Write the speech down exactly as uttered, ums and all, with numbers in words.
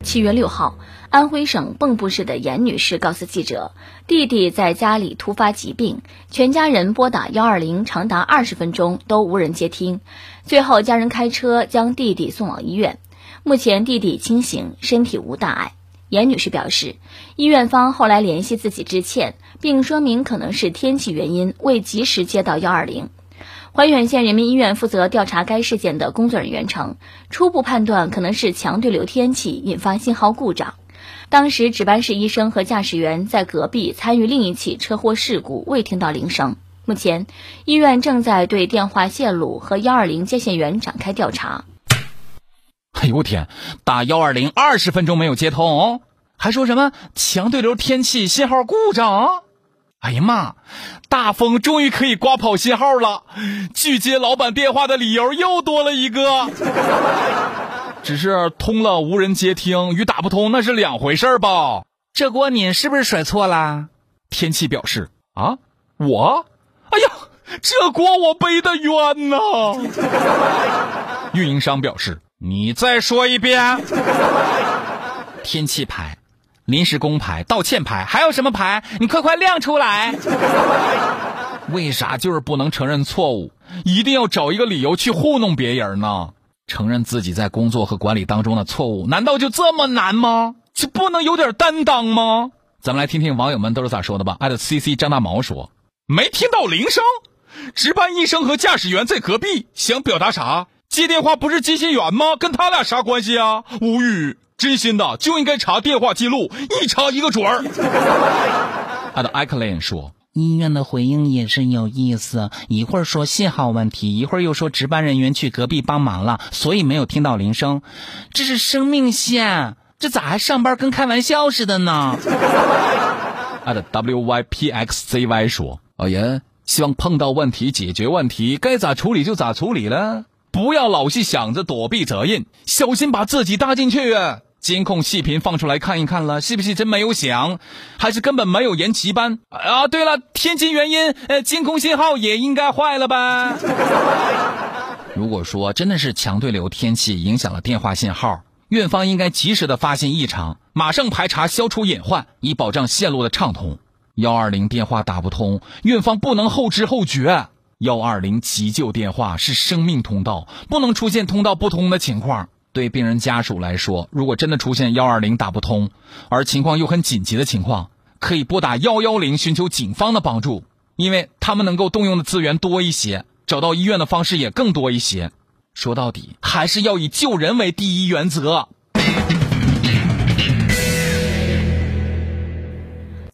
七月六号，安徽省蚌埠市的严女士告诉记者，弟弟在家里突发疾病，全家人拨打一二零长达二十分钟都无人接听，最后家人开车将弟弟送往医院。目前弟弟清醒，身体无大碍。严女士表示，医院方后来联系自己致歉，并说明可能是天气原因未及时接到一二零。怀远县人民医院负责调查该事件的工作人员称，初步判断可能是强对流天气引发信号故障。当时值班室医生和驾驶员在隔壁参与另一起车祸事故，未听到铃声。目前，医院正在对电话线路和一二零接线员展开调查。 哎呦天，打一二零二十分钟没有接通，哦，还说什么强对流天气信号故障？哎呀妈，大风终于可以刮跑信号了，拒接老板电话的理由又多了一个。只是通了无人接听与打不通那是两回事吧？这锅您是不是甩错啦？天气表示啊，我？哎呀，这锅我背得冤呐。运营商表示，你再说一遍。天气牌、临时工牌、道歉牌，还有什么牌？你快快亮出来。为啥就是不能承认错误，一定要找一个理由去糊弄别人呢？承认自己在工作和管理当中的错误，难道就这么难吗？这不能有点担当吗？咱们来听听网友们都是咋说的吧。艾特 C C 张大毛说，没听到铃声，值班医生和驾驶员在隔壁，想表达啥？接电话不是接线员吗？跟他俩啥关系啊？无语，真心的就应该查电话记录，一查一个准儿。艾特 艾克雷恩说， 医院的回应也是有意思，一会儿说信号问题，一会儿又说值班人员去隔壁帮忙了，所以没有听到铃声。这是生命线，这咋还上班跟开玩笑似的呢？ 艾特 W Y P X Z Y 说，老严希望碰到问题解决问题，该咋处理就咋处理了，不要老是想着躲避责任，小心把自己搭进去啊。监控视频放出来看一看了，是不是真没有响，还是根本没有延期班啊？对了，天气原因，呃，监控信号也应该坏了吧？如果说真的是强对流天气影响了电话信号，院方应该及时的发现异常，马上排查消除隐患，以保障线路的畅通。一二零电话打不通，院方不能后知后觉。一二零急救电话是生命通道，不能出现通道不通的情况。对病人家属来说，如果真的出现一二零打不通，而情况又很紧急的情况，可以拨打一一零寻求警方的帮助，因为他们能够动用的资源多一些，找到医院的方式也更多一些。说到底，还是要以救人为第一原则。